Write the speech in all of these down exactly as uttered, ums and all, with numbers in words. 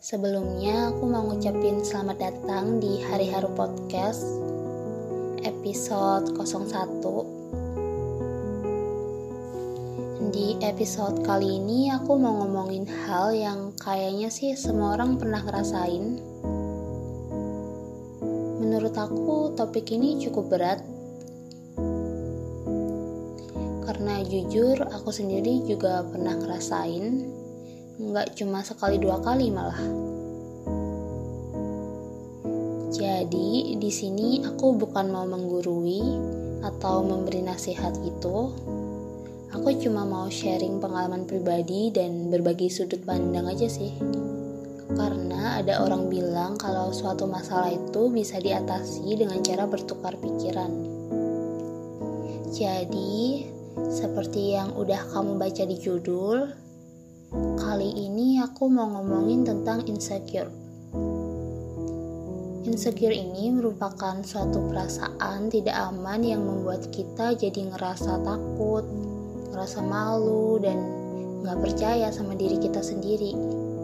Sebelumnya aku mau ngucapin selamat datang di Hari Haru Podcast episode nol satu. Di episode kali ini aku mau ngomongin hal yang kayaknya sih semua orang pernah ngerasain. Menurut aku topik ini cukup berat, karena jujur aku sendiri juga pernah ngerasain, nggak cuma sekali dua kali malah. Jadi di sini aku bukan mau menggurui atau memberi nasihat gitu. Aku cuma mau sharing pengalaman pribadi dan berbagi sudut pandang aja sih. Karena ada orang bilang kalau suatu masalah itu bisa diatasi dengan cara bertukar pikiran. Jadi seperti yang udah kamu baca di judul, kali ini aku mau ngomongin tentang insecure. Insecure ini merupakan suatu perasaan tidak aman yang membuat kita jadi ngerasa takut, ngerasa malu, dan gak percaya sama diri kita sendiri.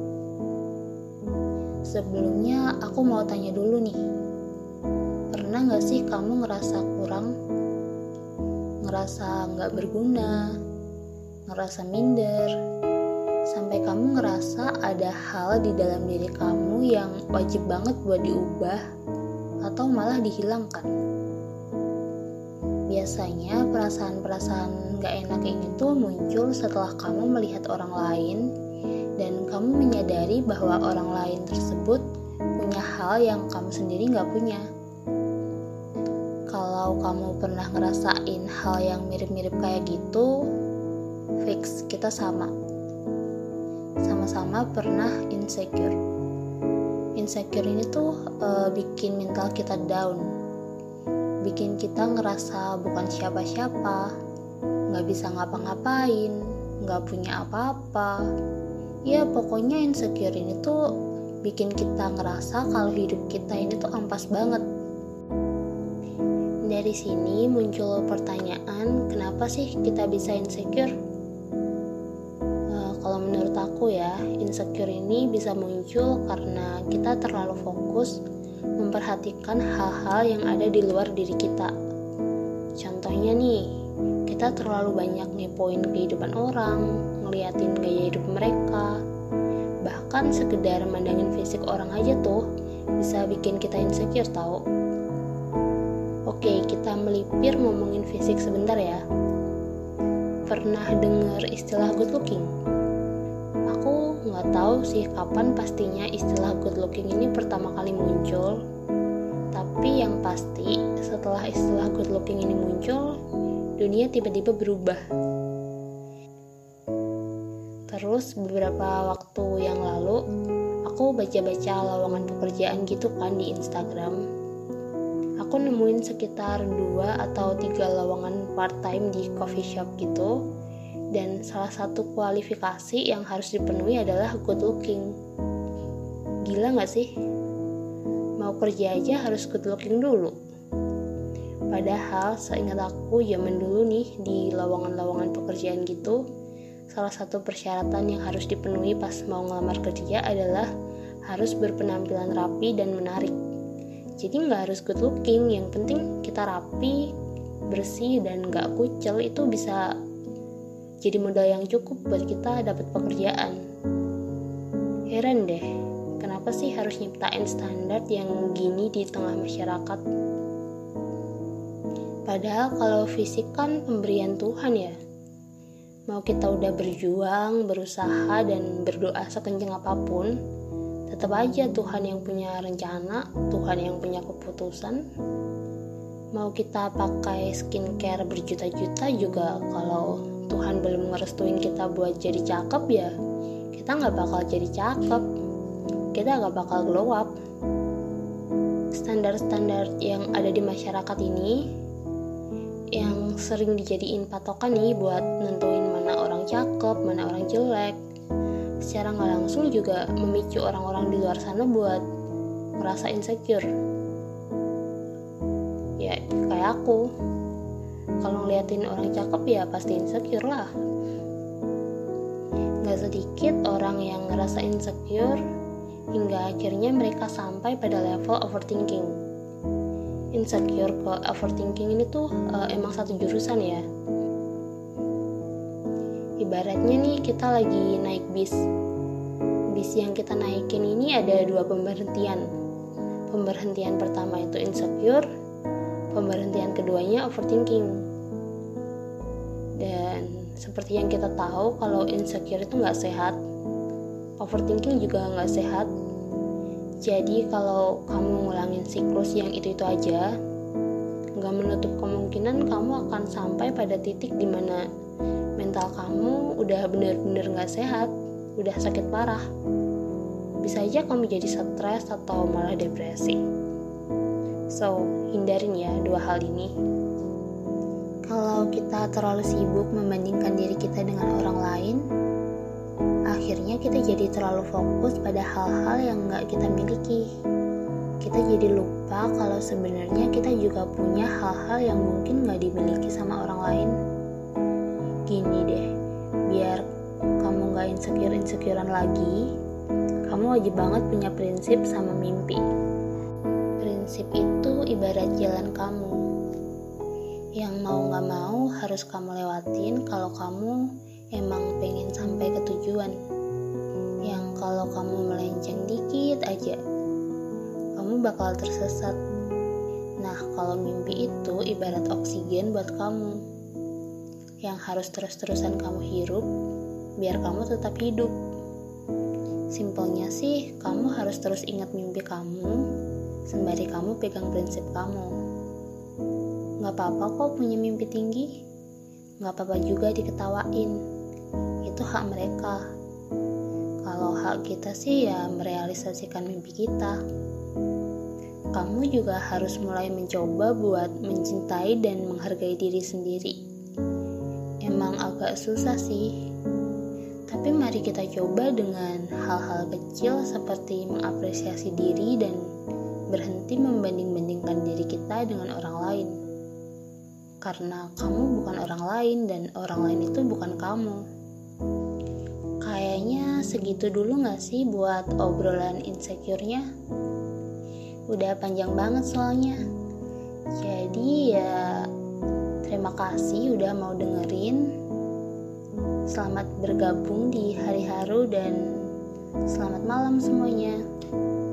Sebelumnya aku mau tanya dulu nih, pernah gak sih kamu ngerasa kurang? Ngerasa gak berguna, ngerasa minder, sampai kamu ngerasa ada hal di dalam diri kamu yang wajib banget buat diubah atau malah dihilangkan. Biasanya perasaan-perasaan gak enak ini tuh muncul setelah kamu melihat orang lain dan kamu menyadari bahwa orang lain tersebut punya hal yang kamu sendiri gak punya. Kalau kamu pernah ngerasain hal yang mirip-mirip kayak gitu, fix kita sama. Sama-sama pernah insecure. Insecure ini tuh e, bikin mental kita down, bikin kita ngerasa bukan siapa-siapa, gak bisa ngapa-ngapain, gak punya apa-apa. Ya pokoknya insecure ini tuh bikin kita ngerasa kalau hidup kita ini tuh ampas banget. Dari sini muncul pertanyaan, kenapa sih kita bisa insecure? Kalau menurut aku ya, insecure ini bisa muncul karena kita terlalu fokus memperhatikan hal-hal yang ada di luar diri kita. Contohnya nih, kita terlalu banyak ngepoin kehidupan orang, ngeliatin gaya hidup mereka. Bahkan sekedar mandangin fisik orang aja tuh bisa bikin kita insecure tau. Oke, kita melipir ngomongin fisik sebentar ya. Pernah denger istilah good looking? Aku nggak tahu sih kapan pastinya istilah good looking ini pertama kali muncul. Tapi yang pasti setelah istilah good looking ini muncul, dunia tiba-tiba berubah. Terus beberapa waktu yang lalu, aku baca-baca lowongan pekerjaan gitu kan di Instagram. Aku nemuin sekitar dua atau tiga lowongan part-time di coffee shop gitu. Dan salah satu kualifikasi yang harus dipenuhi adalah good looking. Gila gak sih? Mau kerja aja harus good looking dulu. Padahal seingat aku zaman dulu nih di lowongan-lowongan pekerjaan gitu, salah satu persyaratan yang harus dipenuhi pas mau ngelamar kerja adalah harus berpenampilan rapi dan menarik. Jadi gak harus good looking, yang penting kita rapi, bersih, dan gak kucel, itu bisa jadi modal yang cukup buat kita dapat pekerjaan. Heran deh, kenapa sih harus nyiptain standar yang gini di tengah masyarakat? Padahal kalau fisik kan pemberian Tuhan ya. Mau kita udah berjuang, berusaha, dan berdoa sekencang apapun, tetap aja Tuhan yang punya rencana, Tuhan yang punya keputusan. Mau kita pakai skincare berjuta-juta juga, kalau Tuhan belum ngerestuin kita buat jadi cakep ya, kita gak bakal jadi cakep, kita gak bakal glow up. Standar-standar yang ada di masyarakat ini yang sering dijadiin patokan nih buat nentuin mana orang cakep, mana orang jelek, secara gak langsung juga memicu orang-orang di luar sana buat merasa insecure. Ya kayak aku, kalau ngeliatin orang cakep ya pasti insecure lah. Gak sedikit orang yang ngerasa insecure hingga akhirnya mereka sampai pada level overthinking. Insecure ke overthinking ini tuh uh, emang satu jurusan ya. Ibaratnya nih kita lagi naik bis. Bis yang kita naikin ini ada dua pemberhentian. Pemberhentian pertama itu insecure, pemberhentian keduanya overthinking. Dan seperti yang kita tahu, kalau insecure itu nggak sehat, overthinking juga nggak sehat. Jadi kalau kamu ngulangin siklus yang itu-itu aja, nggak menutup kemungkinan kamu akan sampai pada titik dimana mental kamu udah bener-bener nggak sehat, udah sakit parah. Bisa aja kamu jadi stres atau malah depresi. So, hindarin ya dua hal ini. Kalau kita terlalu sibuk membandingkan diri kita dengan orang lain, akhirnya kita jadi terlalu fokus pada hal-hal yang nggak kita miliki. Kita jadi lupa kalau sebenarnya kita juga punya hal-hal yang mungkin nggak dimiliki sama orang lain. Gini deh, biar kamu nggak insecure-insecurean lagi, kamu wajib banget punya prinsip sama mimpi. Prinsip itu ibarat jalan kamu, yang mau gak mau harus kamu lewatin kalau kamu emang pengen sampai ke tujuan. Yang kalau kamu melenceng dikit aja, kamu bakal tersesat. Nah, kalau mimpi itu ibarat oksigen buat kamu, yang harus terus-terusan kamu hirup biar kamu tetap hidup. Simpelnya sih, kamu harus terus ingat mimpi kamu, sembari kamu pegang prinsip kamu. Gak apa-apa kok punya mimpi tinggi, gak apa-apa juga diketawain, itu hak mereka. Kalau hak kita sih ya merealisasikan mimpi kita. Kamu juga harus mulai mencoba buat mencintai dan menghargai diri sendiri. Emang agak susah sih, tapi mari kita coba dengan hal-hal kecil seperti mengapresiasi diri dan berhenti membanding-bandingkan diri kita dengan orang lain. Karena kamu bukan orang lain dan orang lain itu bukan kamu. Kayaknya segitu dulu gak sih buat obrolan insecure-nya? Udah panjang banget soalnya. Jadi ya terima kasih udah mau dengerin. Selamat bergabung di hari haru dan selamat malam semuanya.